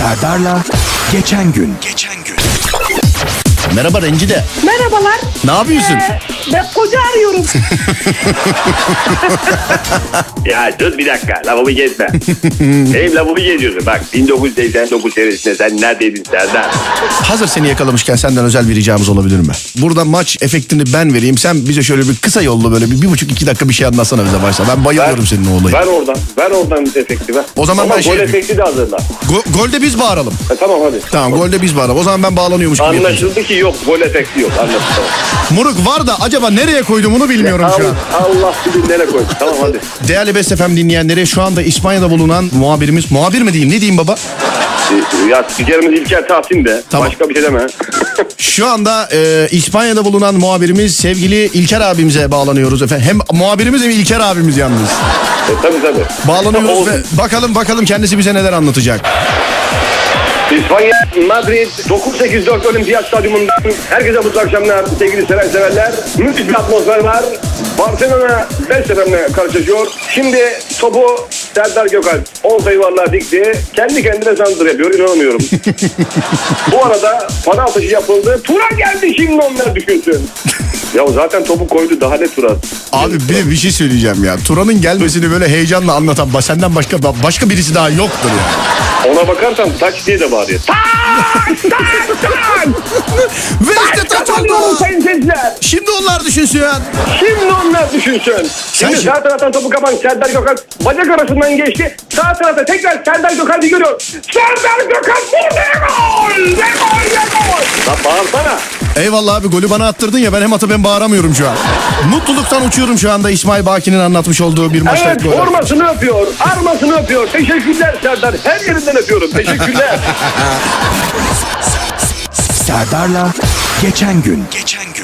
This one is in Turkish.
Serdar'la geçen gün. Merhaba Rencide. Merhabalar. Ne yapıyorsun? Ben koca arıyorum. Ya dur bir dakika, lafımı gezme. Hem lafımı geziyorsun. Bak 1989 senesinde sen neredeydin Serdar? Hazır seni yakalamışken senden özel bir ricamız olabilir mi? Burada maç efektini ben vereyim. Sen bize şöyle bir kısa yollu böyle bir buçuk iki dakika bir şey anlatsana bize başla. Ben bayılıyorum senin o olayı. Ver oradan efekti ver. O zaman Ama ben şey gol yapayım. efekti de hazırla. Golde biz bağıralım. Tamam hadi. Tamam golde biz bağıralım. O zaman ben bağlanıyormuş gibi yapayım. Anlaşıldı ki yok, gol efekti yok. Anlaşıldı. Moruk var da acaba nereye koydum onu bilmiyorum şu an. Allah bilir nereye koy. Tamam hadi. Değerli Best FM dinleyenleri, şu anda İspanya'da bulunan muhabirimiz, muhabir mi diyeyim ne diyeyim baba? Ya spikerimiz İlker Tahsin de. Tamam. Başka bir şey deme. Şu anda İspanya'da bulunan muhabirimiz sevgili İlker abimize bağlanıyoruz efendim. Hem muhabirimiz hem İlker abimiz yalnız. Tabii. Bağlanıyoruz Olsun. ve bakalım kendisi bize neler anlatacak. İspanya, Madrid, 984 Olimpiyat Stadyumunda herkese mutlu akşamlar sevgili severler. Müthiş bir atmosfer var. Barcelona Bestefan'la karşılaşıyor. Şimdi topu Serdar Gökalp 10 sayı yuvarlığa dikti. Kendi kendine sandır yapıyor, inanamıyorum. Bu arada para atışı yapıldı. Turan geldi, şimdi onlar düşünsün. Ya zaten topu koydu, daha ne Turan? Abi bir şey söyleyeceğim ya. Turan'ın gelmesini böyle heyecanla anlatan senden başka birisi daha yoktur ya. Ona bakarsan taç diye de bağırıyor. Taç! Ve işte taç oldu. Sayın seyirciler. Şimdi onlar düşünsün. Şimdi onlar düşünsün. Şimdi Sen sağ taraftan topu kapan Serdar Gökalp bacak arasından geçti. Sağ tarafta tekrar Serdar Gökalp'i görüyor. Serdar Gökalp burada gol! Ve gol! Lan bağırsana. Eyvallah abi, golü bana attırdın ya, ben hem atıp hem bağıramıyorum şu an. Mutluluktan uçuyorum şu anda İsmail Baki'nin anlatmış olduğu bir maçta. Evet, formasını öpüyor, armasını öpüyor. Teşekkürler Serdar. Her yerinden öpüyorum. Teşekkürler. Serdar'la geçen gün.